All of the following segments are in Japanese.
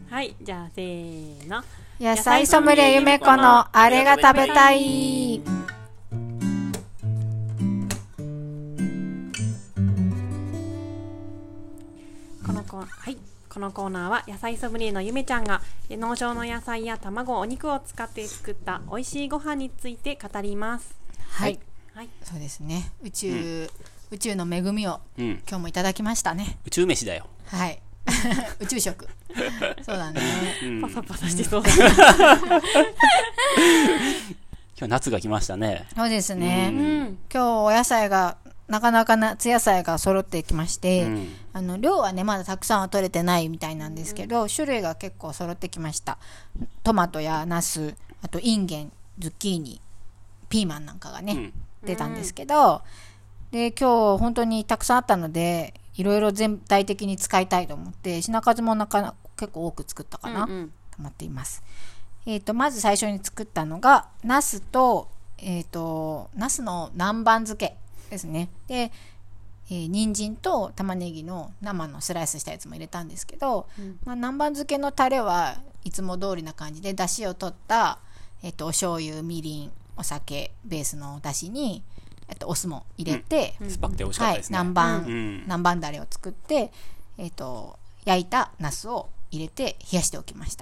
はい、じゃあせーの。 野菜ソムリエゆめこのあれが食べたい。 このコーナーは野菜ソムリエのゆめちゃんが農場の野菜や卵、お肉を使って作った美味しいご飯について語ります。 はい、はい、そうですね。宇宙の恵みを今日もいただきましたね。 宇宙飯だよ。 はい。宇宙食。そうだね。 パサパサしてそうだ。 今日夏が来ましたね。 そうですね。今日お野菜がなかなか夏野菜が揃ってきまして、量はねまだたくさんは取れてないみたいなんですけど、種類が結構揃ってきました。トマトやナス、あとインゲン、ズッキーニ、ピーマンなんかがね、出たんですけど、で今日本当にたくさんあったのでいろいろ全体的に使いたいと思って品数も結構多く作ったかなと思っています。まず最初に作ったのがナスと、ナスの南蛮漬けですね。で、人参と玉ねぎの生のスライスしたやつも入れたんですけど、南蛮漬けのタレはいつも通りな感じで出汁を取った、お醤油、みりん、お酒ベースの出汁にお酢も入れて、 酸っぱくて美味しかったですね。 南蛮だれを作って、焼いたナスを入れて冷やしておきました。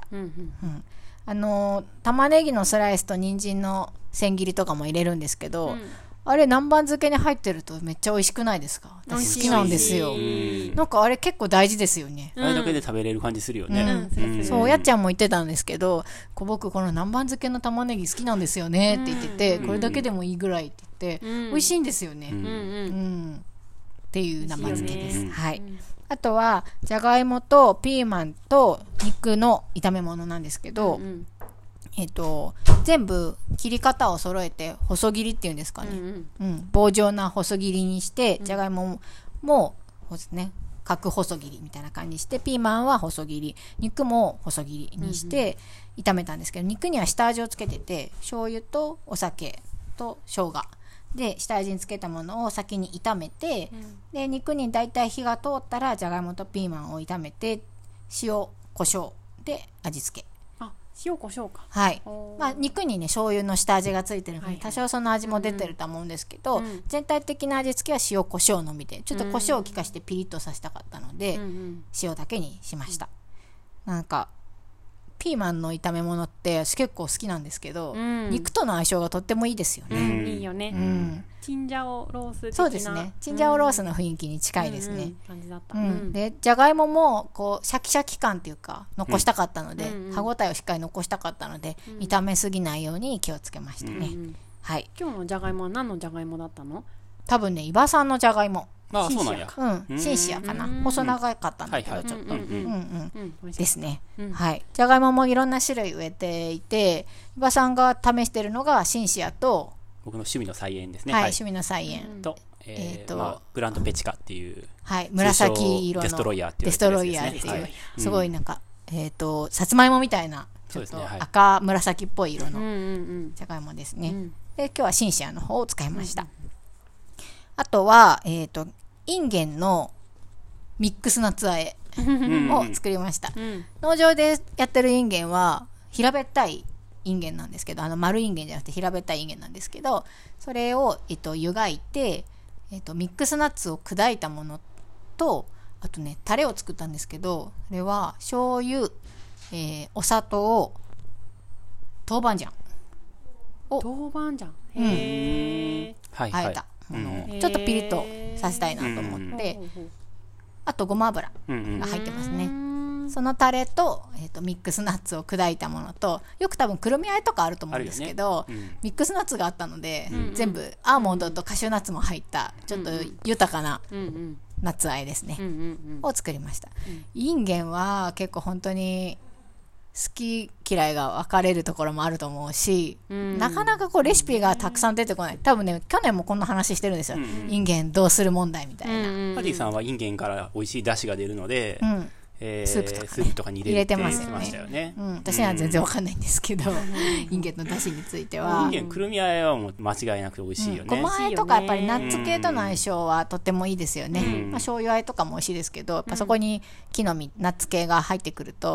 玉ねぎのスライスと人参の千切りとかも入れるんですけど、あれ南蛮漬けに入ってるとめっちゃ美味しくないですか？私好きなんですよ。なんかあれ結構大事ですよね。 あれだけで食べれる感じするよね。 そうやっちゃんも言ってたんですけど、僕この南蛮漬けの玉ねぎ好きなんですよねって言ってて、これだけでもいいぐらいって言って美味しいんですよね。っていう南蛮漬けです。はい。あとはじゃがいもとピーマンと肉の炒め物なんですけど、全部切り方を揃えて細切りっていうんですかね、棒状な細切りにして、じゃがいももね角細切りみたいな感じにして、ピーマンは細切り、肉も細切りにして炒めたんですけど、肉には下味をつけてて、醤油とお酒と生姜で下味につけたものを先に炒めて、で肉にだいたい火が通ったらじゃがいもとピーマンを炒めて、塩胡椒で味付け。 塩コショウか。 はい。肉にね醤油の下味がついてるので、多少その味も出てると思うんですけど、全体的な味付けは塩コショウのみで、ちょっとコショウを効かしてピリッとさせたかったので、塩だけにしました。なんかピーマンの炒め物って私結構好きなんですけど、肉との相性がとってもいいですよね。 いいよね。チンジャオロース的な。 そうですね。チンジャオロースの雰囲気に近いですね。 感じだった。 でじゃがいももこうシャキシャキ感っていうか残したかったので、歯ごたえをしっかり残したかったので、炒めすぎないように気をつけましたね。はい。 今日のじゃがいもは何のじゃがいもだったの？ 多分ね岩さんのじゃがいも。 そうなんや。 シンシアかな。細長かったんだけどちょっとですね。はい。じゃがいももいろんな種類植えていて、岩さんが試してるのがシンシアと僕の趣味の菜園ですね。 はい、趣味の菜園とグランドペチカっていう、 紫色のデストロイヤーっていうすごいなんかさつまいもみたいなちょっと赤紫っぽい色のじゃがいもですね。で今日はシンシアの方を使いました。あとはインゲンのミックスナッツ和えを作りました。農場でやってるインゲンは平べったいインゲンなんですけど、丸インゲンじゃなくて平べったいインゲンなんですけど、それを湯がいて、ミックスナッツを砕いたものと、あとねタレを作ったんですけど、それは醤油、お砂糖、豆板醤を豆板醤あえたものをちょっとピリッとさせたいなと思って、あとごま油が入ってますね。そのタレと、ミックスナッツを砕いたものと、よく多分くるみあえとかあると思うんですけど、ミックスナッツがあったので、全部アーモンドとカシューナッツも入ったちょっと豊かなナッツあえですね、を作りました。インゲンは結構本当に好き嫌いが分かれるところもあると思うし、なかなかこうレシピがたくさん出てこない。多分ね去年もこんな話してるんですよ、インゲンどうする問題みたいな。 パディさんはインゲンから美味しい出汁が出るので、 スープとかに入れてますよね。私には全然わかんないんですけど、インゲンの出汁については。 インゲンくるみあえはもう間違いなくて美味しいよね。 ごまあえとかやっぱりナッツ系との相性はとってもいいですよね。醤油あえとかも美味しいですけど、やっぱそこに木の実ナッツ系が入ってくると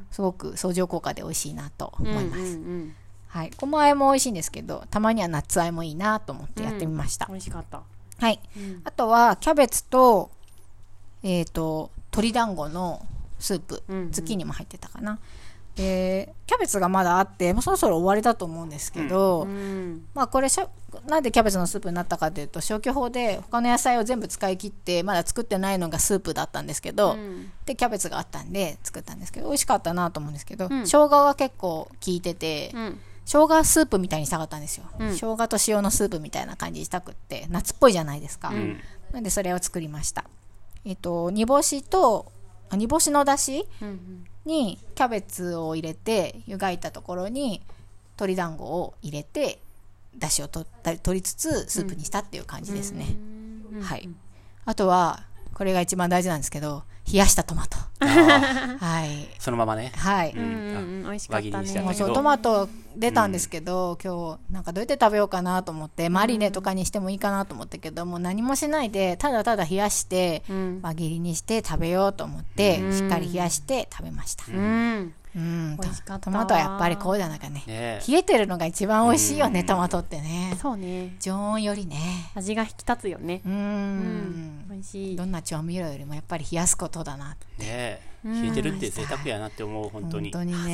すごく相乗効果で美味しいなと思います、 うんうんうん、 はい、ごま和えも美味しいんですけど、たまにはナッツ和えもいいなと思ってやってみました、 美味しかった。 はい、あとはキャベツと鶏団子のスープ、ズッキーニも入ってたかな。キャベツがまだあって、もうそろそろ終わりだと思うんですけど、まあこれなんでキャベツのスープになったかというと、消去法で他の野菜を全部使い切ってまだ作ってないのがスープだったんですけど、でキャベツがあったんで作ったんですけど、美味しかったなと思うんですけど、生姜が結構効いてて、生姜スープみたいにしたかったんですよ、生姜と塩のスープみたいな感じにしたくって、夏っぽいじゃないですか、なんでそれを作りました。煮干しのだしにキャベツを入れて湯がいたところに鶏団子を入れてだしを取りつつスープにしたっていう感じですね、はい。あとはこれが一番大事なんですけど、冷やしたトマトはい、 そのままね、 はい、 美味しかったね。 もうそうトマト出たんですけど、今日なんかどうやって食べようかなと思って、マリネとかにしてもいいかなと思ったけど、もう何もしないでただただ冷やして輪切りにして食べようと思って、しっかり冷やして食べました。トマトはやっぱりこうじゃなきゃね、冷えてるのが一番美味しいよね、トマトってね。 そうね、 常温よりね味が引き立つよね。美味しい。 どんな調味料よりもやっぱり冷やすことだなって冷えてるって贅沢やなって思う。本当に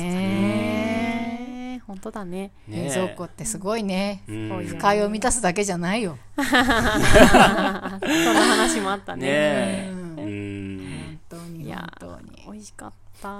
ね、 本当だね。 冷蔵庫ってすごいね、不快を満たすだけじゃないよその話もあったね。 本当に美味しかった。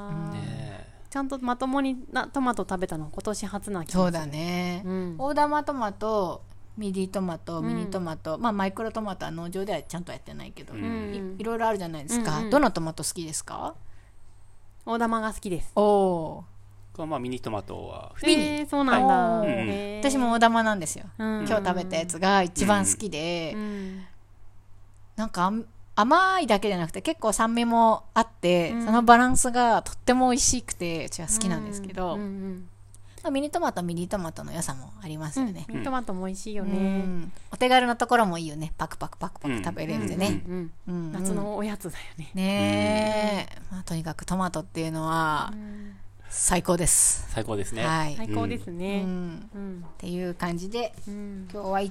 ちゃんとまともにトマト食べたの今年初な気がする。 そうだね、大玉トマト、ミディトマト、ミニトマト、マイクロトマトは農場ではちゃんとやってないけど、いろいろあるじゃないですか、どのトマト好きですか？ 大玉が好きです。 ミニトマトはそうなんだ。 私も大玉なんですよ、今日食べたやつが一番好きで、なんか甘いだけじゃなくて結構酸味もあって、そのバランスがとっても美味しくて私は好きなんですけど、ミニトマトミニトマトの良さもありますよね。 ミニトマトも美味しいよね。 お手軽なところもいいよね、パクパクパクパク食べれるんでね、 夏のおやつだよね。 ねえ、とにかくトマトっていうのは最高です。 最高ですね。 最高ですね。 っていう感じで、今日は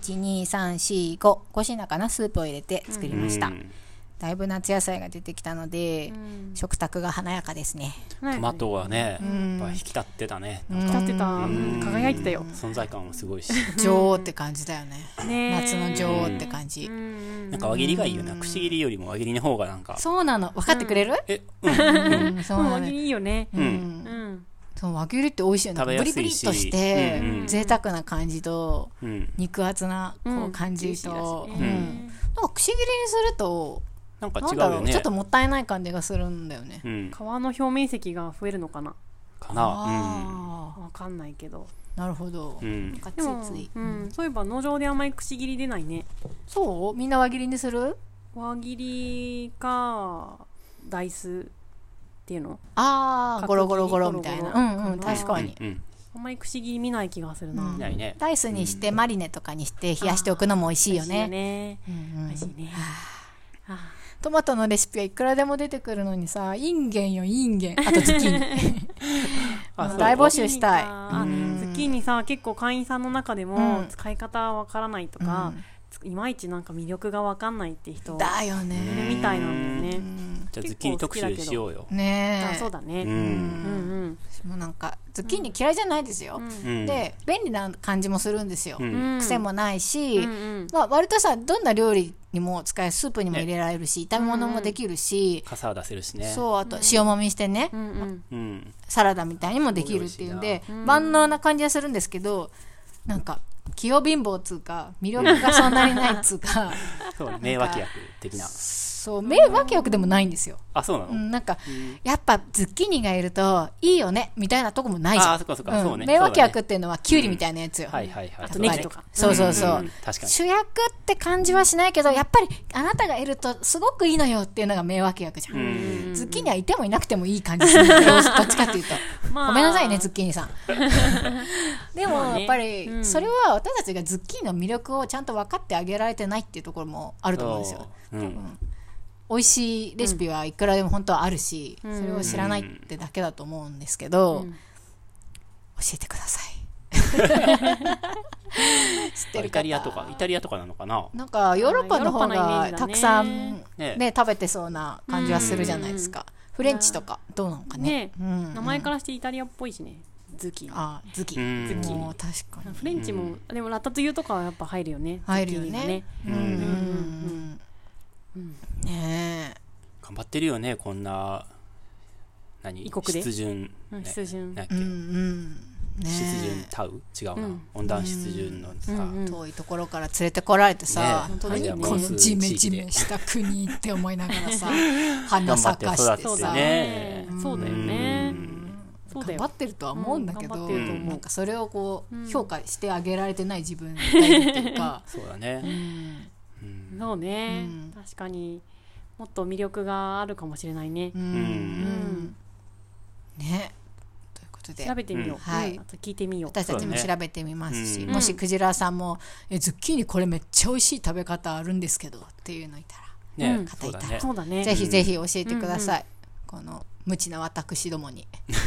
1,2,3,4,5品かな、スープを入れて作りました。だいぶ夏野菜が出てきたので、食卓が華やかですね。 トマトはね、やっぱ引き立ってたね。 引き立ってた、輝いてたよ。 存在感もすごいし、 女王って感じだよね。夏の女王って感じ。 なんか輪切りがいいよな。くし切りよりも輪切りの方がなんか。 そうなの、分かってくれる？ そう輪切りいいよね。 そう輪切りって美味しいよね。ブリブリっとして贅沢な感じと肉厚なこう感じと、なんかくし切りにするとなんか違うよね。 ちょっともったいない感じがするんだよね。 皮の表面積が増えるのかな。わかんないけど。 なるほど。なんかついつい。 そういえば農場であんまりくし切り出ないね。 そう？みんな輪切りにする？ 輪切りかダイスっていうの？ ゴロゴロゴロみたいな。確かに。 あんまりくし切り見ない気がするな。 ダイスにしてマリネとかにして冷やしておくのも美味しいよね。 美味しいね。 トマトのレシピはいくらでも出てくるのにさ、インゲンよインゲン、あとズッキーニ大募集したい。 ズッキーニさ、結構会員さんの中でも使い方わからないとか、いまいちなんか魅力がわかんないって人だよね、 いるみたいなんだよね。 じゃあズッキーニ特集しようよ。 ねえ、 そうだね。 私もなんかズッキーニ嫌いじゃないですよ。で便利な感じもするんですよ。癖もないし、割とさ、どんな料理にも使える、スープにも入れられるし、炒め物もできるし、 かさは出せるしね。 そう、あと塩もみしてね、サラダみたいにもできるっていうんで万能な感じがするんですけど、なんか器用貧乏つうか魅力がそんなにないつうかそう名脇役的な。 そう、名脇役でもないんですよ。 そうなの？ なんかやっぱズッキーニがいるといいよねみたいなとこもないじゃん。 そうね。 名脇役っていうのはキュウリみたいなやつよ。 あとネギとか。 そう。主役って感じはしないけど、やっぱりあなたがいるとすごくいいのよっていうのが名脇役じゃん。ズッキーニはいてもいなくてもいい感じする。どっちかっていうとごめんなさいね、ズッキーニさん。でもやっぱりそれは私たちがズッキーニの魅力をちゃんと分かってあげられてないっていうところもあると思うんですよ。 美味しいレシピはいくらでも本当はあるし、それを知らないってだけだと思うんですけど、教えてください。知ってる方。 イタリアとかなのかな。 なんかヨーロッパの方がたくさんねね食べてそうな感じはするじゃないですか。フレンチとかどうなのかね。 名前からしてイタリアっぽいしね。ズキ。 ズキ。もう確かに。 フレンチもでもラタトゥイユとかはやっぱ入るよね。 入るよね。 ねえ。頑張ってるよね、こんな異国で湿潤湿潤湿潤タウ違うな、温暖湿潤のさ、 遠いところから連れてこられてさ、 ね、 このジメジメした国って思いながらさ花咲かしてさ、 ね、 そうだよね、 頑張ってるとは思うんだけど、なんかそれをこう評価してあげられてない自分がいるっていうかそうだね、 そうね、確かにもっと魅力があるかもしれないね。 ね、ということで調べてみよう。あと聞いてみよう。 私たちも調べてみますし、もしクジラさんもズッキーニこれめっちゃ美味しい食べ方あるんですけどっていうのいたら、方いたら、 そうだね。 ぜひぜひ教えてください。この無知な私どもに。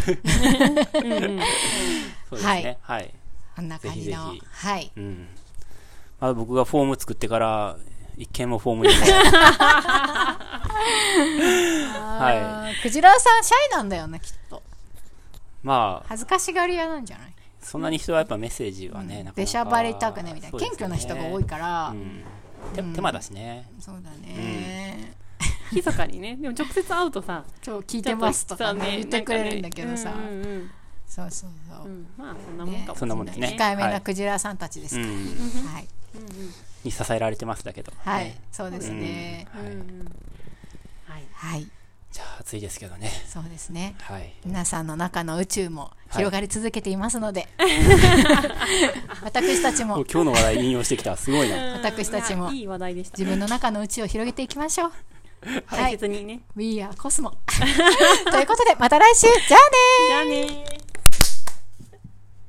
はい。はい。 こんな感じの。はい。 まだ僕がフォーム作ってから一件もフォームにはい。クジラさんシャイなんだよね、きっと。 まあ恥ずかしがり屋なんじゃない？ そんなに人はやっぱメッセージはね、 出しゃばりたくねみたいな、謙虚な人が多いから、 手間だしね。 そうだね。 密かにね、でも直接会うとさ、 今日聞いてますとか言ってくれるんだけどさ、そうそうそう。 まあそんなもんかも。 そんなもんですね。 控えめなクジラさんたちですから。はい。 に支えられてますだけど。 はい、そうですね。はい。 じゃあ暑いですけどね。 そうですね。 はい。 皆さんの中の宇宙も広がり続けていますので、私たちも今日の話題引用してきた、すごいな。 私たちもいい話題でした。 自分の中の宇宙を広げていきましょう。 大切にね。 We are Cosmo。ということでまた来週。じゃあね。 じゃあね。